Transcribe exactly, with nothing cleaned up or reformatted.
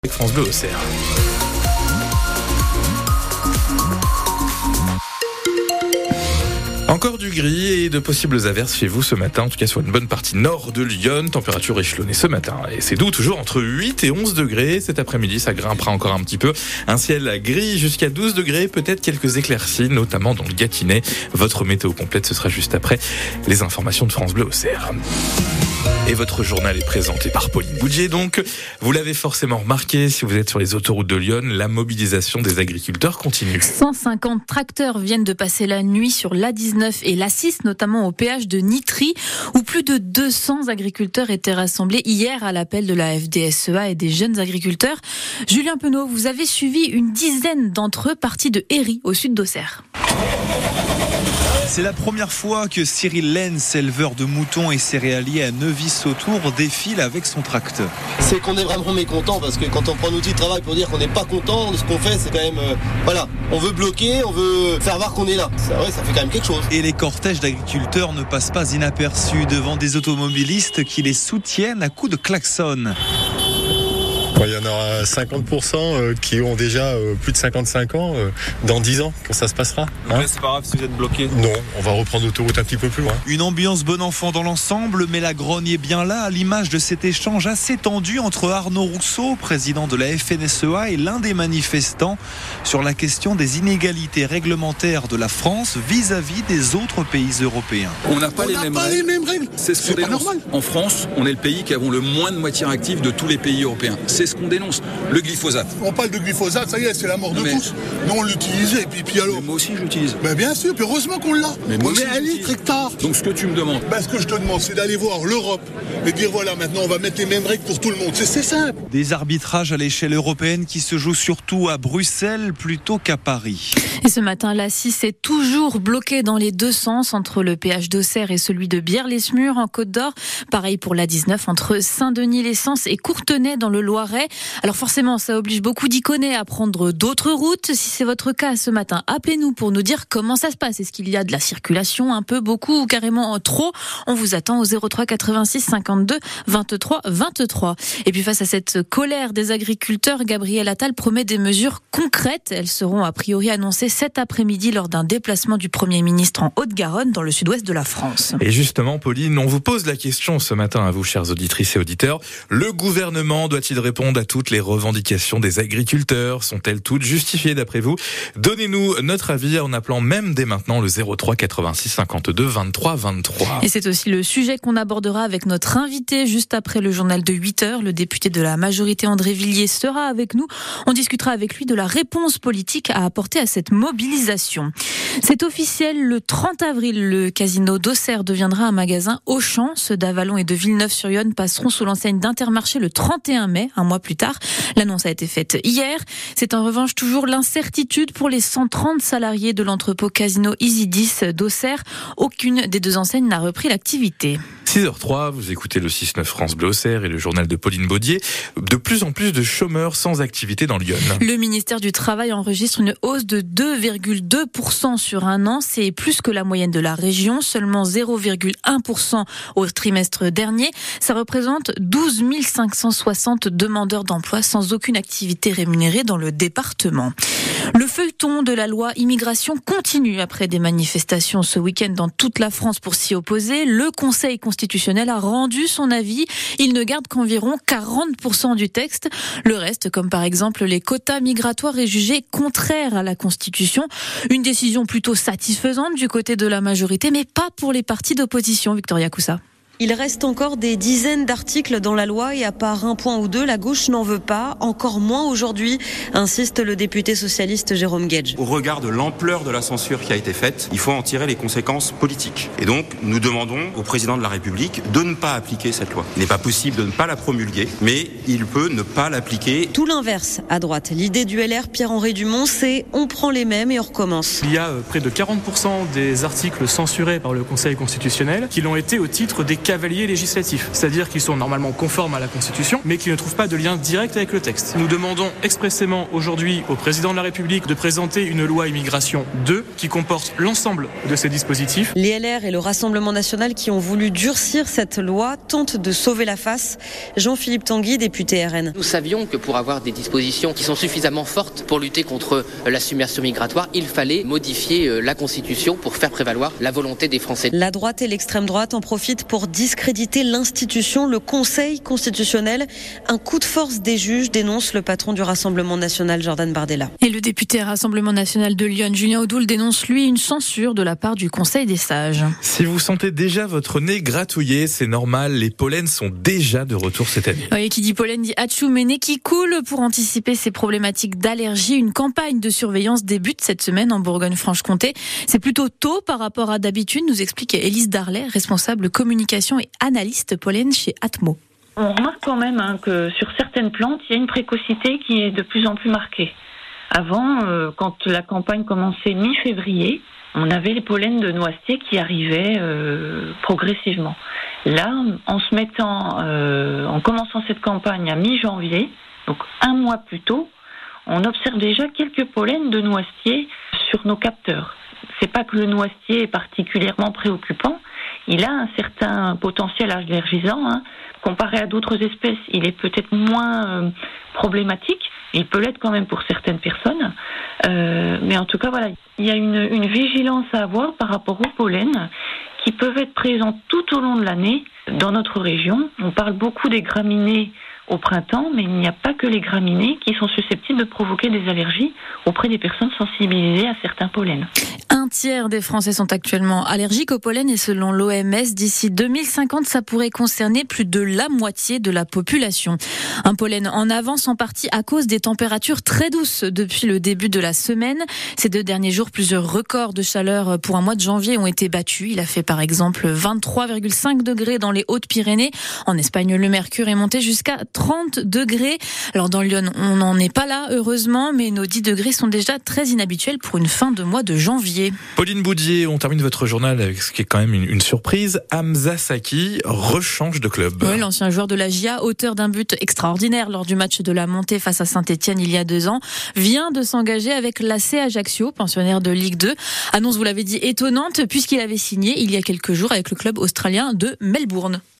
Avec France Bleu Auxerre. Encore du gris et de possibles averses chez vous ce matin, en tout cas sur une bonne partie nord de Lyon. Température échelonnée ce matin et c'est doux, toujours entre huit et onze degrés. Cet après-midi, ça grimpera encore un petit peu. Un ciel gris jusqu'à douze degrés, peut-être quelques éclaircies, notamment dans le Gâtinais. Votre météo complète, ce sera juste après les informations de France Bleu Auxerre. Et votre journal est présenté par Pauline Boudier. Donc, vous l'avez forcément remarqué, si vous êtes sur les autoroutes de Lyon, la mobilisation des agriculteurs continue. cent cinquante tracteurs viennent de passer la nuit sur l'A dix-neuf et l'A six, notamment au péage de Nitry, où plus de deux cents agriculteurs étaient rassemblés hier à l'appel de la F D S E A et des jeunes agriculteurs. Julien Penaud, vous avez suivi une dizaine d'entre eux partis de Héry, au sud d'Auxerre. C'est la première fois que Cyril Lenz, éleveur de moutons et céréalier à Neuvy-Sautour, défile avec son tracteur. C'est qu'on est vraiment mécontent parce que quand on prend un outil de travail pour dire qu'on n'est pas content de ce qu'on fait, c'est quand même... Euh, voilà, on veut bloquer, on veut faire voir qu'on est là. C'est vrai, ça fait quand même quelque chose. Et les cortèges d'agriculteurs ne passent pas inaperçus devant des automobilistes qui les soutiennent à coups de klaxon. Il y en aura cinquante pour cent qui ont déjà plus de cinquante-cinq ans dans dix ans, quand ça se passera. Hein ouais, c'est pas grave si vous êtes bloqué. Non, on va reprendre l'autoroute un petit peu plus loin. Une ambiance bon enfant dans l'ensemble, mais la grogne est bien là, à l'image de cet échange assez tendu entre Arnaud Rousseau, président de la F N S E A, et l'un des manifestants sur la question des inégalités réglementaires de la France vis-à-vis des autres pays européens. On n'a pas, on les, n'a mêmes pas les mêmes règles. C'est ce qu'on dénonce. En France, on est le pays qui avons le moins de matière active de tous les pays européens. C'est ce qu'on dénonce. Le glyphosate. On parle de glyphosate, ça y est, c'est la mort de mais... tous. Nous, on l'utilisait, et puis, puis alors. Mais moi aussi, je l'utilise. Ben bien sûr, puis heureusement qu'on l'a. Mais moi on aussi, est un litre hectare. Donc ce que tu me demandes. Ben, ce que je te demande, c'est d'aller voir l'Europe et dire voilà, maintenant, on va mettre les mêmes règles pour tout le monde. C'est, c'est simple. Des arbitrages à l'échelle européenne qui se jouent surtout à Bruxelles plutôt qu'à Paris. Et ce matin, l'A six est toujours bloquée dans les deux sens entre le péage d'Auxerre et celui de Bière-les-Semurs en Côte d'Or. Pareil pour l'A dix-neuf entre Saint-Denis-les-Sens et Courtenay dans le Loiret. Alors forcément, ça oblige beaucoup d'Iconais à prendre d'autres routes. Si c'est votre cas ce matin, appelez-nous pour nous dire comment ça se passe. Est-ce qu'il y a de la circulation, un peu, beaucoup ou carrément trop? On vous attend au zéro trois quatre-vingt-six cinquante-deux vingt-trois vingt-trois. Et puis face à cette colère des agriculteurs, Gabriel Attal promet des mesures concrètes. Elles seront a priori annoncées cet après-midi lors d'un déplacement du Premier ministre en Haute-Garonne dans le sud-ouest de la France. Et justement, Pauline, on vous pose la question ce matin à vous, chers auditrices et auditeurs. Le gouvernement doit-il répondre à toutes les revendications des agriculteurs? Sont-elles toutes justifiées d'après vous? Donnez-nous notre avis en appelant même dès maintenant le zéro trois quatre-vingt-six cinquante-deux vingt-trois vingt-trois. Et c'est aussi le sujet qu'on abordera avec notre invité juste après le journal de huit heures. Le député de la majorité André Villiers sera avec nous. On discutera avec lui de la réponse politique à apporter à cette mobilisation. C'est officiel, le trente avril, le casino d'Auxerre deviendra un magasin Auchan. Ceux d'Avalon et de Villeneuve-sur-Yonne passeront sous l'enseigne d'Intermarché le trente et un mai, un mois plus tard. L'annonce a été faite hier. C'est en revanche toujours l'incertitude pour les cent trente salariés de l'entrepôt Casino Easy dix d'Auxerre. Aucune des deux enseignes n'a repris l'activité. six heures trois, vous écoutez le six neuf France Bleu Auxerre et le journal de Pauline Baudier. De plus en plus de chômeurs sans activité dans Lyon. Le ministère du Travail enregistre une hausse de deux virgule deux pour cent sur un an. C'est plus que la moyenne de la région, seulement zéro virgule un pour cent au trimestre dernier. Ça représente douze mille cinq cent soixante demandeurs d'emploi sans aucune activité rémunérée dans le département. Le feuilleton de la loi immigration continue après des manifestations ce week-end dans toute la France pour s'y opposer. Le Conseil constitutionnel a rendu son avis. Il ne garde qu'environ quarante pour cent du texte. Le reste, comme par exemple les quotas migratoires, est jugé contraire à la Constitution. Une décision plutôt satisfaisante du côté de la majorité, mais pas pour les partis d'opposition, Victoria Coussa. Il reste encore des dizaines d'articles dans la loi et à part un point ou deux, la gauche n'en veut pas, encore moins aujourd'hui, insiste le député socialiste Jérôme Guedj. Au regard de l'ampleur de la censure qui a été faite, il faut en tirer les conséquences politiques. Et donc, nous demandons au président de la République de ne pas appliquer cette loi. Il n'est pas possible de ne pas la promulguer, mais il peut ne pas l'appliquer. Tout l'inverse à droite. L'idée du L R Pierre-Henri Dumont, c'est on prend les mêmes et on recommence. Il y a près de quarante pour cent des articles censurés par le Conseil constitutionnel qui l'ont été au titre des cavaliers législatifs, c'est-à-dire qu'ils sont normalement conformes à la Constitution, mais qui ne trouvent pas de lien direct avec le texte. Nous demandons expressément aujourd'hui au président de la République de présenter une loi immigration deux qui comporte l'ensemble de ces dispositifs. Les L R et le Rassemblement national qui ont voulu durcir cette loi tentent de sauver la face. Jean-Philippe Tanguy, député R N. Nous savions que pour avoir des dispositions qui sont suffisamment fortes pour lutter contre la submersion migratoire, il fallait modifier la Constitution pour faire prévaloir la volonté des Français. La droite et l'extrême droite en profitent pour discréditer l'institution, le Conseil constitutionnel. Un coup de force des juges, dénonce le patron du Rassemblement national, Jordan Bardella. Et le député Rassemblement national de Lyon, Julien Audoul, dénonce lui une censure de la part du Conseil des sages. Si vous sentez déjà votre nez gratouillé, c'est normal, les pollens sont déjà de retour cette année. Oui, qui dit pollen dit atchou, mais nez qui coule. Pour anticiper ces problématiques d'allergie, une campagne de surveillance débute cette semaine en Bourgogne-Franche-Comté. C'est plutôt tôt par rapport à d'habitude, nous explique Élise Darlet, responsable communication et analyste pollen chez Atmo. On remarque quand même hein, que sur certaines plantes, il y a une précocité qui est de plus en plus marquée. Avant, euh, quand la campagne commençait mi-février, on avait les pollens de noisetier qui arrivaient euh, progressivement. Là, en se mettant, euh, en commençant cette campagne à mi-janvier, donc un mois plus tôt, on observe déjà quelques pollens de noisetier sur nos capteurs. C'est pas que le noisetier est particulièrement préoccupant, il a un certain potentiel allergisant, hein. Comparé à d'autres espèces, il est peut-être moins euh, problématique. Il peut l'être quand même pour certaines personnes. Euh, mais en tout cas, voilà, il y a une, une vigilance à avoir par rapport aux pollens qui peuvent être présents tout au long de l'année dans notre région. On parle beaucoup des graminées au printemps, mais il n'y a pas que les graminées qui sont susceptibles de provoquer des allergies auprès des personnes sensibilisées à certains pollens. Un tiers des Français sont actuellement allergiques au pollen et selon l'O M S, d'ici deux mille cinquante, ça pourrait concerner plus de la moitié de la population. Un pollen en avance en partie à cause des températures très douces depuis le début de la semaine. Ces deux derniers jours, plusieurs records de chaleur pour un mois de janvier ont été battus. Il a fait par exemple vingt-trois virgule cinq degrés dans les Hautes-Pyrénées. En Espagne, le mercure est monté jusqu'à trente degrés. Alors dans Lyon, on n'en est pas là, heureusement, mais nos dix degrés sont déjà très inhabituels pour une fin de mois de janvier. Pauline Boudier, on termine votre journal avec ce qui est quand même une, une surprise. Hamza Saki rechange de club. Oui, l'ancien joueur de la J A, auteur d'un but extraordinaire lors du match de la montée face à Saint-Etienne il y a deux ans, vient de s'engager avec l'A C Ajaccio, pensionnaire de Ligue deux. Annonce, vous l'avez dit, étonnante, puisqu'il avait signé il y a quelques jours avec le club australien de Melbourne.